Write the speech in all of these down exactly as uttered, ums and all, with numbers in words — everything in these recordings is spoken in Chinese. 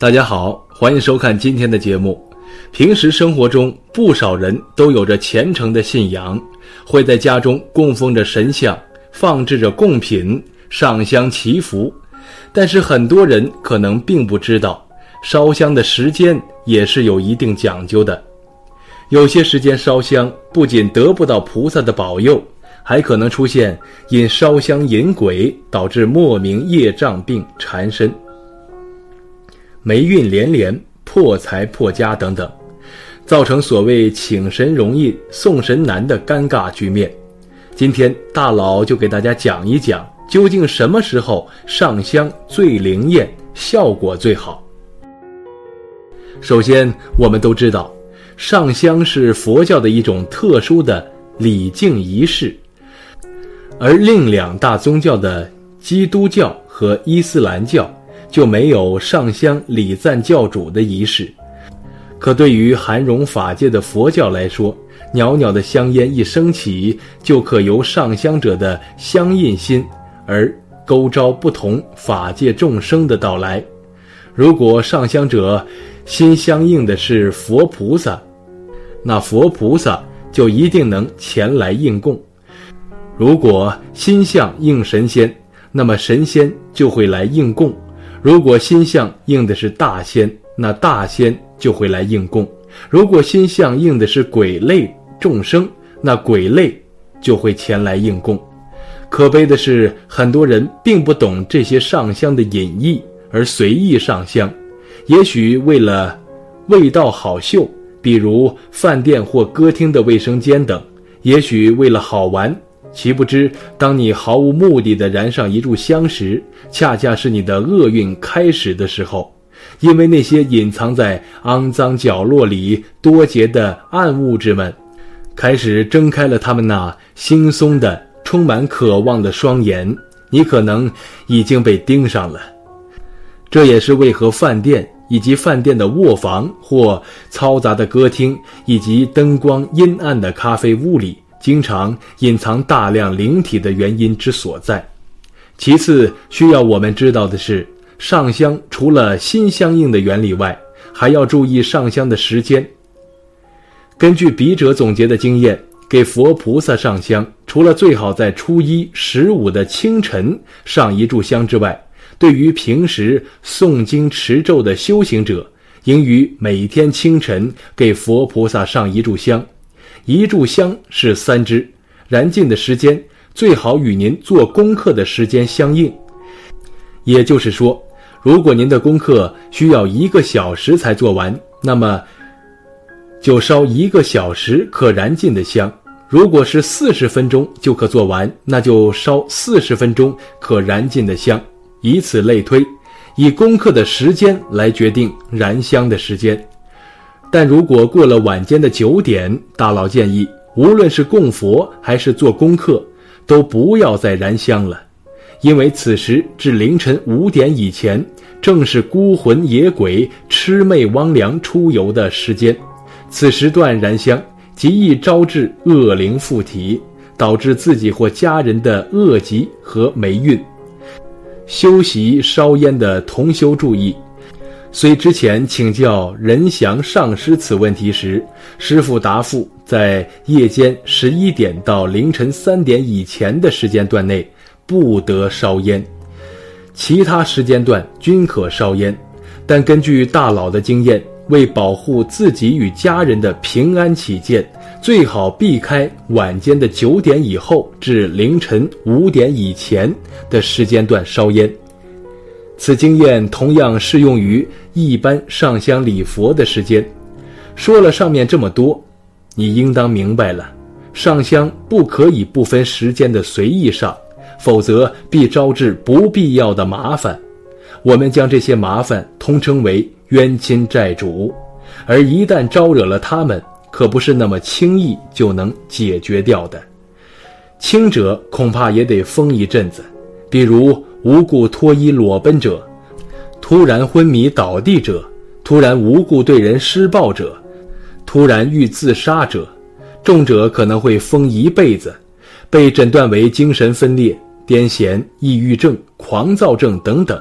大家好，欢迎收看今天的节目。平时生活中，不少人都有着虔诚的信仰，会在家中供奉着神像，放置着贡品，上香祈福。但是很多人可能并不知道，烧香的时间也是有一定讲究的。有些时间烧香，不仅得不到菩萨的保佑，还可能出现因烧香引鬼，导致莫名业障病缠身，霉运连连，破财破家等等，造成所谓请神容易送神难的尴尬局面。今天大佬就给大家讲一讲，究竟什么时候上香最灵验，效果最好。首先，我们都知道，上香是佛教的一种特殊的礼敬仪式，而另两大宗教的基督教和伊斯兰教就没有上香礼赞教主的仪式。可对于含容法界的佛教来说，袅袅的香烟一升起，就可由上香者的相应心而勾召不同法界众生的到来。如果上香者心相应的是佛菩萨，那佛菩萨就一定能前来应供；如果心相应神仙，那么神仙就会来应供；如果心相应的是大仙，那大仙就会来应供；如果心相应的是鬼类众生，那鬼类就会前来应供。可悲的是，很多人并不懂这些上香的隐意，而随意上香，也许为了味道好嗅，比如饭店或歌厅的卫生间等，也许为了好玩，岂不知当你毫无目的地燃上一炷香时，恰恰是你的厄运开始的时候。因为那些隐藏在肮脏角落里多结的暗物质们，开始睁开了他们那惺忪的充满渴望的双眼，你可能已经被盯上了。这也是为何饭店以及饭店的卧房或嘈杂的歌厅以及灯光阴暗的咖啡屋里经常隐藏大量灵体的原因之所在。其次，需要我们知道的是，上香除了心相应的原理外，还要注意上香的时间。根据笔者总结的经验，给佛菩萨上香，除了最好在初一、十五的清晨上一炷香之外，对于平时诵经持咒的修行者，应于每天清晨给佛菩萨上一炷香。一炷香是三支，燃尽的时间最好与您做功课的时间相应。也就是说，如果您的功课需要一个小时才做完，那么就烧一个小时可燃尽的香；如果是四十分钟就可做完，那就烧四十分钟可燃尽的香。以此类推，以功课的时间来决定燃香的时间。但如果过了晚间的九点，大佬建议无论是供佛还是做功课，都不要再燃香了，因为此时至凌晨五点以前，正是孤魂野鬼魑魅魍魉出游的时间。此时段燃香，极易招致恶灵附体，导致自己或家人的恶疾和霉运。修习烧烟的同修注意，虽之前请教仁祥上师此问题时，师父答复在夜间十一点到凌晨三点以前的时间段内不得烧烟，其他时间段均可烧烟。但根据大佬的经验，为保护自己与家人的平安起见，最好避开晚间的九点以后至凌晨五点以前的时间段烧烟。此经验同样适用于一般上香礼佛的时间。说了上面这么多，你应当明白了，上香不可以不分时间的随意上，否则必招致不必要的麻烦。我们将这些麻烦通称为冤亲债主，而一旦招惹了他们，可不是那么轻易就能解决掉的。轻者恐怕也得疯一阵子，比如无故脱衣裸奔者，突然昏迷倒地者，突然无故对人施暴者，突然欲自杀者。重者可能会疯一辈子，被诊断为精神分裂、癫痫、抑郁症、狂躁症等等，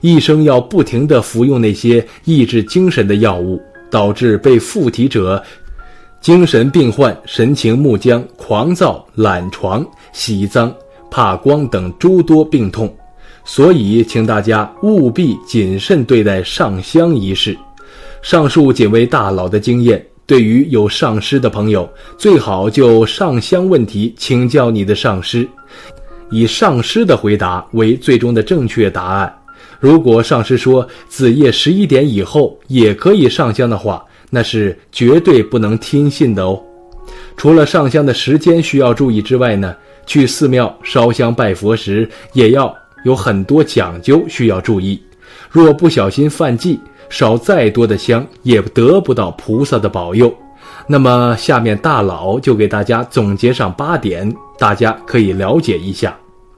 一生要不停地服用那些抑制精神的药物，导致被附体者精神病患神情木僵、狂躁、懒床、喜脏、怕光等诸多病痛。所以请大家务必谨慎对待上香一事。上述仅为大佬的经验，对于有上师的朋友，最好就上香问题请教你的上师，以上师的回答为最终的正确答案。如果上师说子夜十一点以后也可以上香的话，那是绝对不能听信的哦。除了上香的时间需要注意之外呢，去寺庙烧香拜佛时也要有很多讲究需要注意。若不小心犯忌，烧再多的香也得不到菩萨的保佑。那么下面大佬就给大家总结上八点，大家可以了解一下。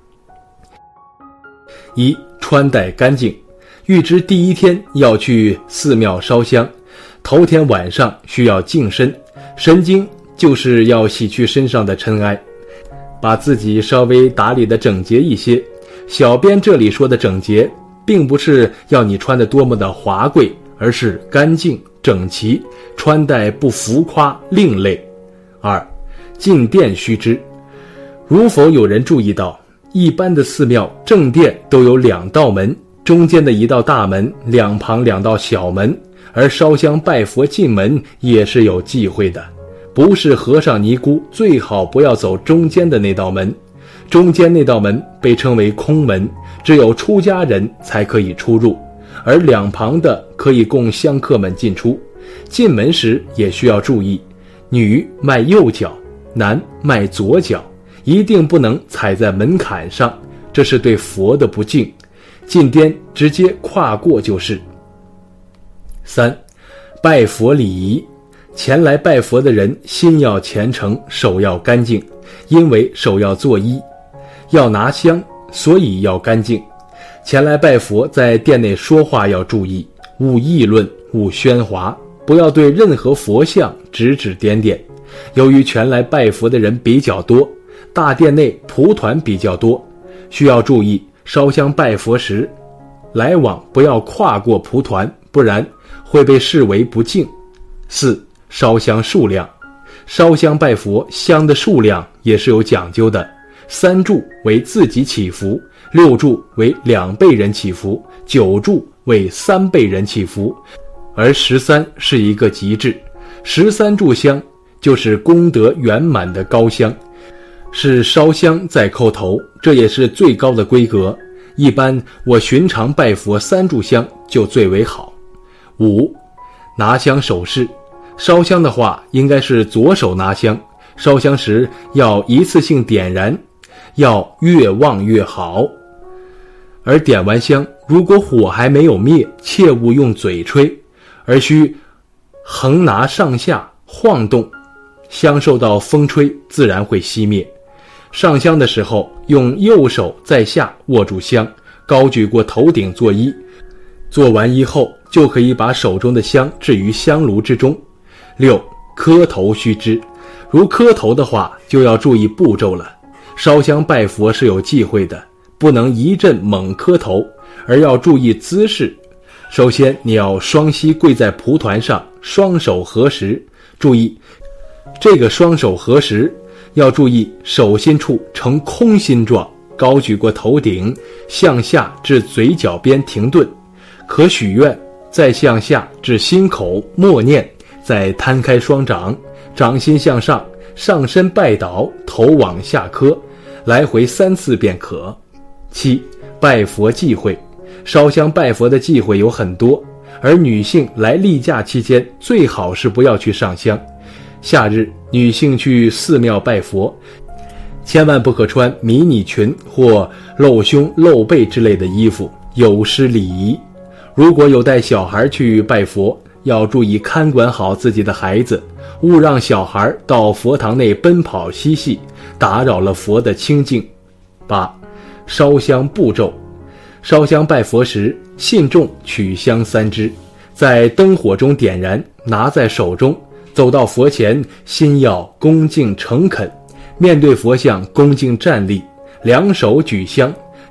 一、穿戴干净。预知第一天要去寺庙烧香，头天晚上需要净身，神经就是要洗去身上的尘埃，把自己稍微打理得整洁一些。小编这里说的整洁，并不是要你穿得多么的华贵，而是干净整齐，穿戴不浮夸另类。二、进殿须知。如否有人注意到，一般的寺庙正殿都有两道门，中间的一道大门，两旁两道小门，而烧香拜佛进门也是有忌讳的，不是和尚尼姑最好不要走中间的那道门。中间那道门被称为空门，只有出家人才可以出入，而两旁的可以供香客们进出。进门时也需要注意，女迈右脚，男迈左脚，一定不能踩在门槛上，这是对佛的不敬。进殿直接跨过就是。三、拜佛礼仪。前来拜佛的人心要虔诚，手要干净，因为手要作揖，要拿香，所以要干净。前来拜佛在殿内说话要注意，勿议论，勿喧哗，不要对任何佛像指指点点。由于前来拜佛的人比较多，大殿内蒲团比较多，需要注意烧香拜佛时来往不要跨过蒲团，不然会被视为不敬。四、烧香数量。烧香拜佛香的数量也是有讲究的，三炷为自己祈福，六炷为两辈人祈福，九炷为三辈人祈福，而十三是一个极致。十三炷香就是功德圆满的高香，是烧香再叩头，这也是最高的规格。一般我寻常拜佛三炷香就最为好。五、拿香手势。烧香的话应该是左手拿香，烧香时要一次性点燃，要越旺越好。而点完香，如果火还没有灭，切勿用嘴吹，而需横拿上下晃动，香受到风吹自然会熄灭。上香的时候用右手在下握住香，高举过头顶作揖，做完揖后就可以把手中的香置于香炉之中。六、磕头须知。如磕头的话就要注意步骤了。烧香拜佛是有忌讳的，不能一阵猛磕头，而要注意姿势。首先你要双膝跪在蒲团上，双手合十。注意这个双手合十要注意手心处呈空心状，高举过头顶，向下至嘴角边停顿，可许愿，再向下至心口默念，再摊开双掌，掌心向上，上身拜倒，头往下磕，来回三次便可。七、拜佛忌讳。烧香拜佛的忌讳有很多，而女性来例假期间最好是不要去上香。夏日女性去寺庙拜佛，千万不可穿迷你裙或露胸露背之类的衣服，有失礼仪。如果有带小孩去拜佛，要注意看管好自己的孩子，勿让小孩到佛堂内奔跑嬉戏，打扰了佛的清净。八、烧香步骤。烧香拜佛时，信众取香三支，在灯火中点燃，拿在手中，走到佛前，心要恭敬诚恳，面对佛像恭敬站立，两手举香，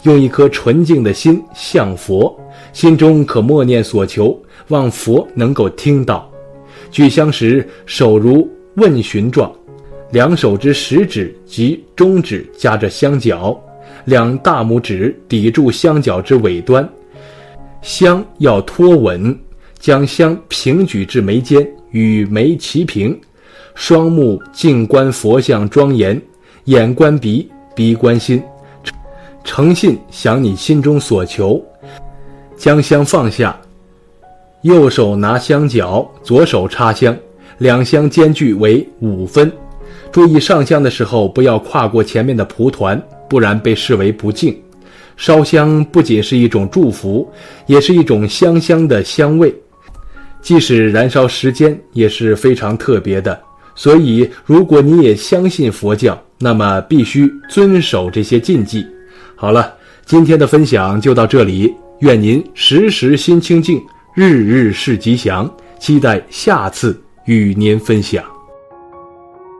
用一颗纯净的心向佛，心中可默念所求，望佛能够听到。举香时手如问询状，两手之食指及中指夹着香脚，两大拇指抵住香脚之尾端，香要托稳，将香平举至眉间，与眉齐平，双目静观佛像庄严，眼观鼻，鼻观心，诚信想你心中所求。将香放下，右手拿香脚，左手插香，两香间距为五分。注意上香的时候不要跨过前面的蒲团，不然被视为不敬。烧香不仅是一种祝福，也是一种香香的香味，即使燃烧时间也是非常特别的。所以如果你也相信佛教，那么必须遵守这些禁忌。好了，今天的分享就到这里，愿您时时心清净，日日是吉祥，期待下次与您分享。